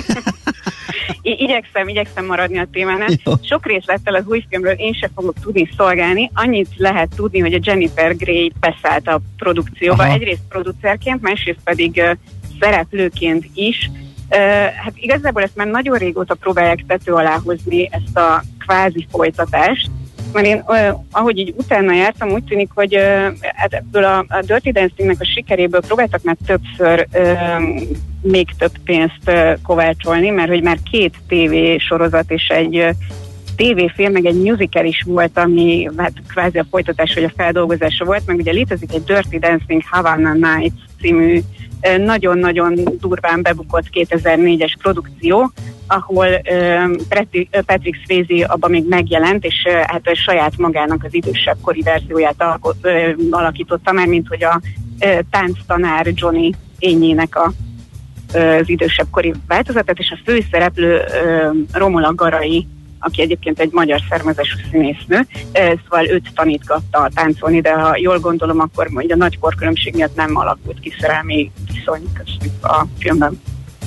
I- igyekszem, igyekszem maradni a témánál. Jó. Sok részlettel az új filmről én sem fogok tudni szolgálni. Annyit lehet tudni, hogy a Jennifer Grey beszállt a produkcióba. Aha. Egyrészt producerként, másrészt pedig uh, szereplőként is. Uh, hát igazából ezt már nagyon régóta próbálják tető alá hozni, ezt a kvázi folytatást, mert én, uh, ahogy így utána jártam, úgy tűnik, hogy uh, hát ebből a, a Dirty Dancingnek a sikeréből próbáltak már többször uh, még több pénzt uh, kovácsolni, mert hogy már két tévésorozat és egy uh, tévéfilm, meg egy musical is volt, ami hát kvázi a folytatás, vagy a feldolgozása volt, meg ugye létezik egy Dirty Dancing Havana Nights című nagyon-nagyon durván bebukott kétezer-négyes produkció, ahol uh, Patrick Swayze abban még megjelent, és uh, hát uh, saját magának az idősebb kori verzióját alkot, uh, alakította már, mint hogy a uh, tánctanár Johnny Ényének a, uh, az idősebb kori változatát, és a főszereplő uh, Romola Garai, aki egyébként egy magyar származású színésznő, szóval őt tanítgatta táncolni, de ha jól gondolom, akkor majd a nagy korkülönbség miatt nem alakult ki szerelmi viszony köztük a filmben.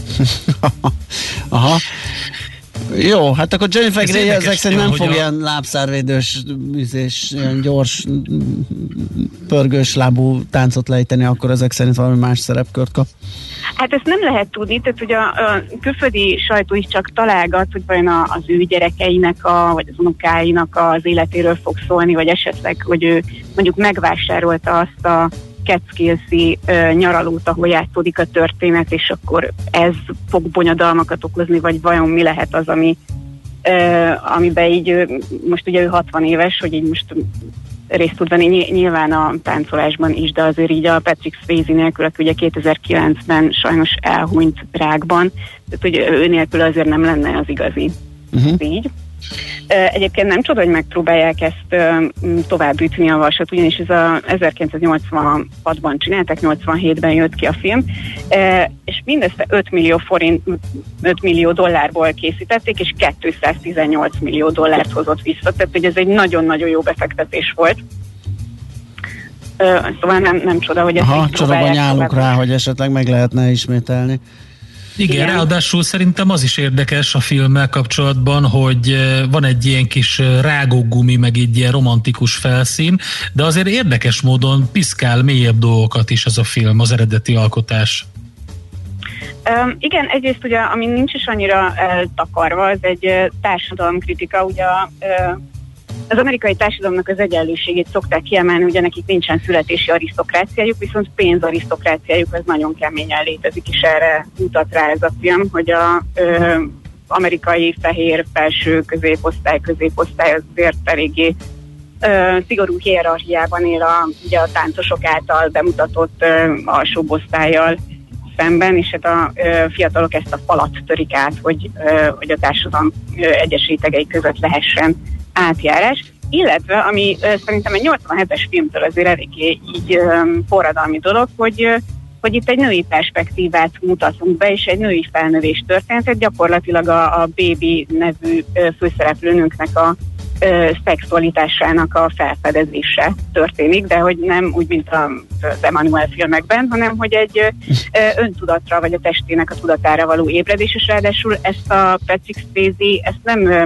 Aha. Jó, hát akkor Jennifer Grey ezek szerint nem fog a... ilyen lábszárvédős és ilyen gyors pörgős lábú táncot lejteni, akkor ezek szerint valami más szerepkört kap. Hát ezt nem lehet tudni, tehát ugye a, a külföldi sajtó is csak találgat, hogy vajon a, az ő gyerekeinek, a, vagy az unokáinak az életéről fog szólni, vagy esetleg, hogy ő mondjuk megvásárolta azt a Catskills-i uh, nyaralót, ahol játszódik a történet, és akkor ez fog bonyodalmakat okozni, vagy vajon mi lehet az, ami, uh, amiben így, uh, most ugye ő hatvan éves, hogy így most részt tud venni nyilván a táncolásban is, de azért így a Patrick Swayze nélkül, aki ugye kétezer-kilencben sajnos elhunyt rákban, tehát hogy ő nélkül azért nem lenne az igazi. Uh-huh. Így. Egyébként nem csoda, hogy megpróbálják ezt tovább ütni a vasat, ugyanis ez a ezerkilencszáznyolcvanhatban csinálták, nyolcvanhétben jött ki a film, és mindössze öt millió forint, öt millió dollárból készítették, és kétszáztizennyolc millió dollárt hozott vissza, tehát hogy ez egy nagyon-nagyon jó befektetés volt. Szóval nem, nem csoda, hogy ezt Aha, így próbálják. Aha, nyálunk rá, hogy esetleg meg lehetne ismételni. Igen, Igen, ráadásul szerintem az is érdekes a filmmel kapcsolatban, hogy van egy ilyen kis rágógumi, meg egy ilyen romantikus felszín, de azért érdekes módon piszkál mélyebb dolgokat is az a film, az eredeti alkotás. Um, igen, egyrészt ugye, ami nincs is annyira eltakarva, ez egy uh, társadalomkritika, ugye uh, az amerikai társadalomnak az egyenlőségét szokták kiemelni, ugye nekik nincsen születési arisztokráciájuk, viszont pénzarisztokráciájuk az nagyon keményen létezik, és erre mutat rá ez a film, hogy a ö, amerikai fehér felső középosztály, középosztály azért eléggé ö, szigorú hierarchiában él a, ugye a táncosok által bemutatott ö, alsóbb osztállyal szemben, és hát a ö, fiatalok ezt a falat törik át, hogy, ö, hogy a társadalom ö, egyes rétegei között lehessen átjárás, illetve ami ö, szerintem egy nyolcvanhetes filmtől azért eléggé így ö, forradalmi dolog, hogy, ö, hogy itt egy női perspektívát mutatunk be, és egy női felnövés történetet, gyakorlatilag a, a Baby nevű ö, főszereplőnőnknek a ö, szexualitásának a felfedezése történik, de hogy nem úgy, mint a, az Emmanuel filmekben, hanem hogy egy ö, öntudatra, vagy a testének a tudatára való ébredés, és ráadásul ezt a Patrick Swayze, ezt nem ö,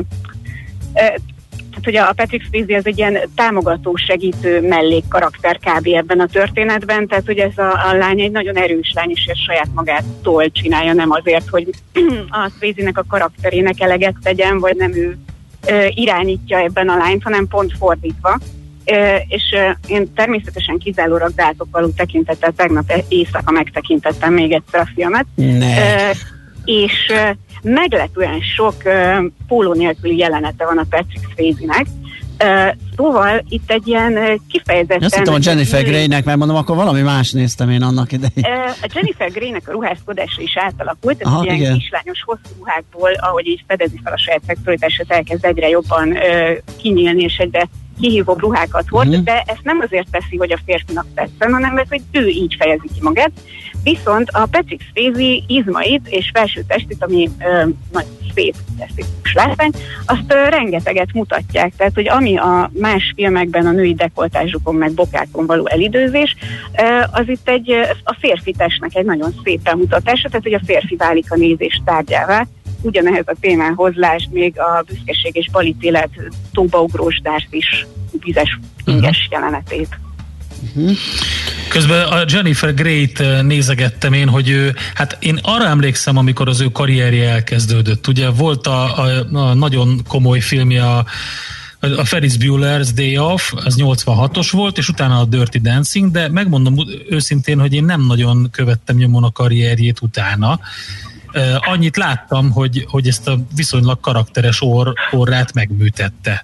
tehát ugye a Patrick Swayze az egy ilyen támogató, segítő mellékkarakter kb. Ebben a történetben, tehát hogy ez a, a lány egy nagyon erős lány, és ezt saját magától csinálja, nem azért, hogy a Swayze-nek a karakterének eleget tegyen, vagy nem ő e, irányítja ebben a lányt, hanem pont fordítva. E, és e, én természetesen kizárólag dátok való tekintettel tegnap éjszaka megtekintettem még egyszer a filmet. E, és e, meglepően sok uh, póló nélküli jelenete van a Patrick Swayze-nek. Uh, szóval itt egy ilyen uh, kifejezetten... Azt hittem a Jennifer Grey-nek, mert mondom, akkor valami más néztem én annak idején. Uh, a Jennifer Grey-nek a ruházkodása is átalakult, ez Aha, ilyen igen. kislányos hosszú ruhákból, ahogy így fedezi fel a saját szexualitását, elkezd egyre jobban uh, kinyílni, és egyre kihívóbb ruhákat hord, uh-huh. de ezt nem azért teszi, hogy a férfinak tetszen, hanem mert, hogy ő így fejezi ki magát. Viszont a Patrick Swayze izmait és felső testét, ami ö, nagyon szép esztétikus látvány, azt ö, rengeteget mutatják. Tehát, hogy ami a más filmekben a női dekoltázsukon meg bokákon való elidőzés, ö, az itt egy a férfi testnek egy nagyon szép bemutatása, tehát, hogy a férfi válik a nézés tárgyává. Ugyanehez a témához lásd még a Büszkeség és balítélet tóbaugrós Darcy is vizes inges uh-huh. jelenetét. Uh-huh. Közben a Jennifer Grey-t nézegettem én, hogy ő, hát én arra emlékszem, amikor az ő karrierje elkezdődött. Ugye volt a, a, a nagyon komoly filmje a, a Ferris Bueller's Day Off, az nyolcvanhatos volt, és utána a Dirty Dancing, de megmondom őszintén, hogy én nem nagyon követtem nyomon a karrierjét utána. Uh, annyit láttam, hogy, hogy ezt a viszonylag karakteres orr, orrát megműtette.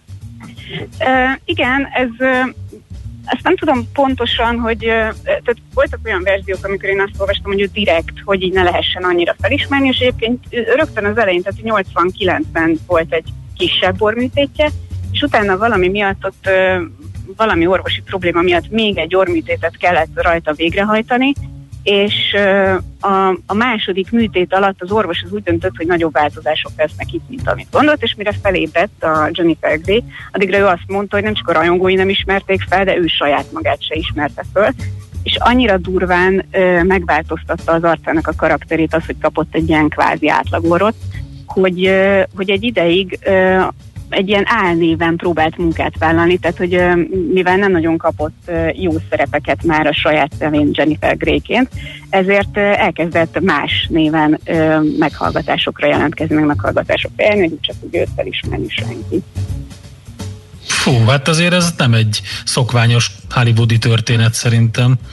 Uh, igen, ez uh, ezt nem tudom pontosan, hogy uh, tehát voltak olyan verziók, amikor én azt olvastam, hogy ő direkt, hogy így ne lehessen annyira felismerni, és egyébként rögtön az elején, tehát nyolcvankilencben volt egy kisebb orrműtétje, és utána valami miatt ott uh, valami orvosi probléma miatt még egy orrműtétet kellett rajta végrehajtani, és a, a második műtét alatt az orvos az úgy döntött, hogy nagyobb változások lesznek itt, mint amit gondolt, és mire felébredt a Jennifer Grey, addigra ő azt mondta, hogy nem csak a rajongói nem ismerték fel, de ő saját magát se ismerte föl, és annyira durván ö, megváltoztatta az arcának a karakterét az, hogy kapott egy ilyen kvázi átlagorrot, hogy, ö, hogy egy ideig ö, egy ilyen álnéven próbált munkát vállalni, tehát hogy mivel nem nagyon kapott jó szerepeket már a saját nevén Jennifer Grey-ként, ezért elkezdett más néven meghallgatásokra jelentkezni, meg meghallgatásokra jelni, hogy csak úgy őt felismerni senki. Fú, hát azért ez nem egy szokványos hollywoodi történet szerintem.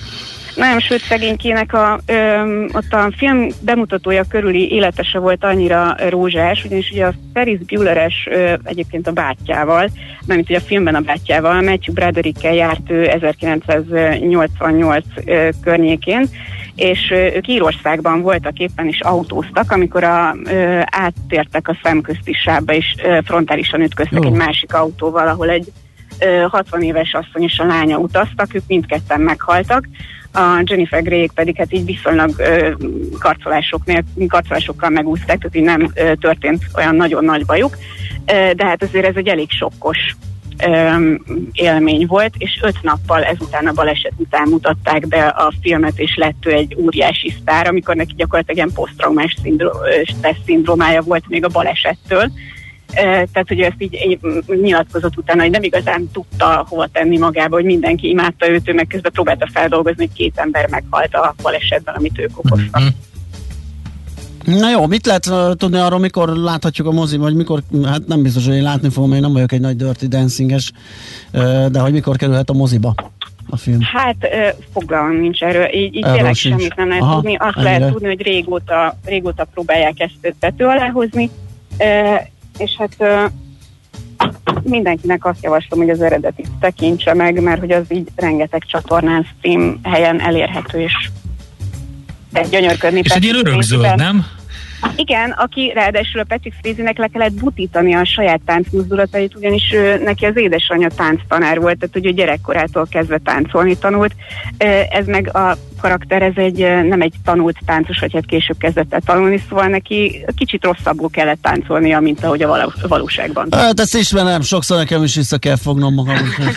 Nem, sőt, szegénykének a, ö, ott a film bemutatója körüli élete se volt annyira rózsás, ugyanis ugye a Ferris Buelleres ö, egyébként a bátyjával, mármint ugye a filmben a bátyjával, Matthew Broderickkel járt ő ezerkilencszáznyolcvannyolc ö, környékén, és ö, ők Írországban voltak éppen is autóztak, amikor a, ö, áttértek a szemközti sávba, és ö, frontálisan ütköztek egy másik autóval, ahol egy ö, hatvan éves asszony és a lánya utaztak, ők mindketten meghaltak. A Jennifer Grey pedig hát így viszonylag ö, karcolásoknél, karcolásokkal megúzták, tehát így nem ö, történt olyan nagyon nagy bajuk, ö, de hát azért ez egy elég sokkos ö, élmény volt, és öt nappal ezután a baleset után mutatták be a filmet, és lett ő egy óriási sztár, amikor neki gyakorlatilag ilyen posztraumás stressz-szindrómája volt még a balesettől. Tehát, hogy ezt így, így nyilatkozott utána, hogy nem igazán tudta hova tenni magába, hogy mindenki imádta őt, ő meg közben próbálta feldolgozni, hogy két ember meghalt a balesetben, amit ők okoztak. Na jó, mit lehet uh, tudni arról, mikor láthatjuk a moziban, vagy mikor, hát nem biztos, hogy én látni fogom, én nem vagyok egy nagy Dirty Dancing-es, uh, de hogy mikor kerülhet a moziba a film? Hát uh, fogalmam nincs erről, így, így tényleg semmit nem lehet Aha, tudni, azt ennyire. Lehet tudni, hogy régóta, régóta próbálják ezt tető alá hozni, uh, és hát uh, mindenkinek azt javaslom, hogy az eredetit tekintse meg, mert hogy az így rengeteg csatornán, stream helyen elérhető, és gyönyörködni. És egy ilyen örökzöld, nem? Igen, aki ráadásul a Patrick Swayze-nek le kellett butítani a saját táncmozdulatait, ugyanis ő, neki az édesanyja tánctanár volt, tehát hogy gyerekkorától kezdve táncolni tanult. Ez meg a karakter, ez egy nem egy tanult táncos, vagy hát később kezdett el tanulni, szóval neki kicsit rosszabbul kellett táncolnia, mint ahogy a való, valóságban. Hát ezt ismerem, sokszor nekem is vissza kell fognom magam.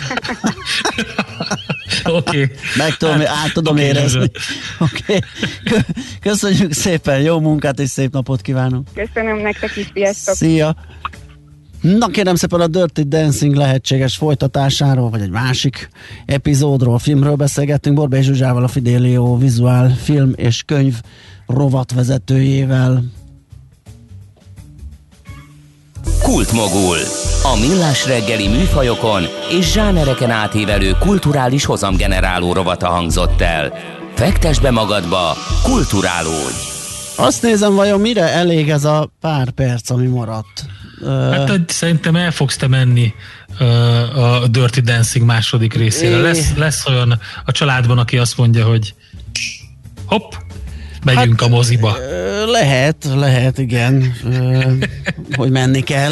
Oké. Okay. Meg tudom, hát, át tudom okay, érezni. Oké. Okay. Köszönjük szépen, jó munkát és szép napot kívánunk. Köszönöm nektek is, sziasztok. Szia. Na kérem szépen, a Dirty Dancing lehetséges folytatásáról, vagy egy másik epizódról, filmről beszélgettünk Borbély Zsuzsával, a Fidelio vizuál film és könyv rovatvezetőjével. Kultmogul. A millás reggeli műfajokon és zsánereken átívelő kulturális hozamgeneráló rovata hangzott el. Fektesd be magadba, kulturálódj! Azt nézem, vajon mire elég ez a pár perc, ami maradt? Hát uh, szerintem el fogsz te menni uh, a Dirty Dancing második részére. Lesz, lesz olyan a családban, aki azt mondja, hogy hopp, megyünk hát, a moziba. Lehet, lehet, igen, hogy menni kell.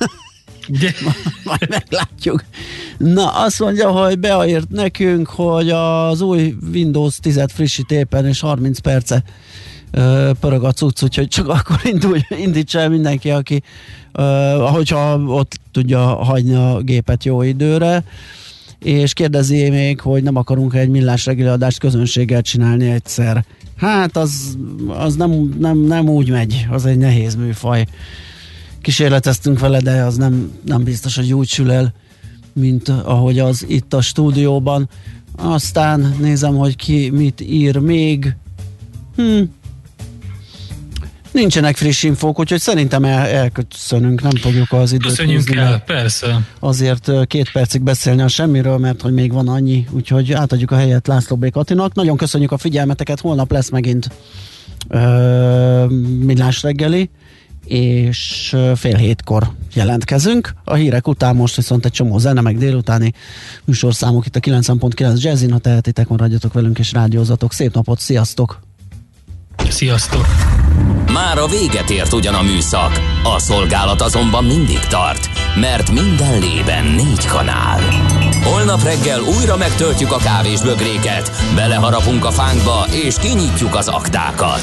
Majd meglátjuk. Na, azt mondja, hogy beírt nekünk, hogy az új Windows tíz frissít éppen, és harminc perce pörög a cucc, úgyhogy csak akkor indulj, indítsa el mindenki, aki ahogyha ott tudja hagyni a gépet jó időre, és kérdezi még, hogy nem akarunk egy millás reggeli adást közönséggel csinálni egyszer. Hát az, az nem, nem, nem úgy megy, az egy nehéz műfaj. Kísérleteztünk vele, de az nem, nem biztos, hogy úgy sül el, mint ahogy az itt a stúdióban. Aztán nézem, hogy ki mit ír még. Hm. Nincsenek friss infók, úgyhogy szerintem el, elköszönünk, nem fogjuk az időt Köszönjünk húzni, el, persze. Azért két percig beszélni a semmiről, mert hogy még van annyi, úgyhogy átadjuk a helyet László B. Katinak. Nagyon köszönjük a figyelmeteket, holnap lesz megint ö, millás reggeli, és fél hétkor jelentkezünk. A hírek után most viszont egy csomó zene, meg délutáni műsorszámok itt a kilencven pont kilenc Jazzin, ha tehetitek, maradjatok velünk és rádiózatok. Szép napot, sziasztok! Sziasztok! Már a véget ért ugyan a műszak, a szolgálat azonban mindig tart, mert minden lében négy kanál. Holnap reggel újra megtöltjük a kávésbögréket, beleharapunk a fánkba és kinyitjuk az aktákat.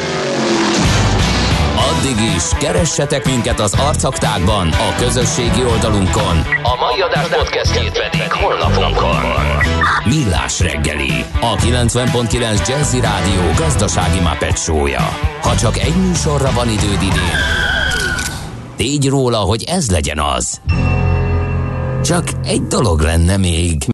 Addig is keressetek minket az arcaktákban, a közösségi oldalunkon. A mai adás podcastjét pedig honlapunkon. Millás reggeli, a kilencven pont kilenc Jazzy Rádió gazdasági Muppet show-ja. Ha csak egy műsorra van időd idén, tégy róla, hogy ez legyen az. Csak egy dolog lenne még.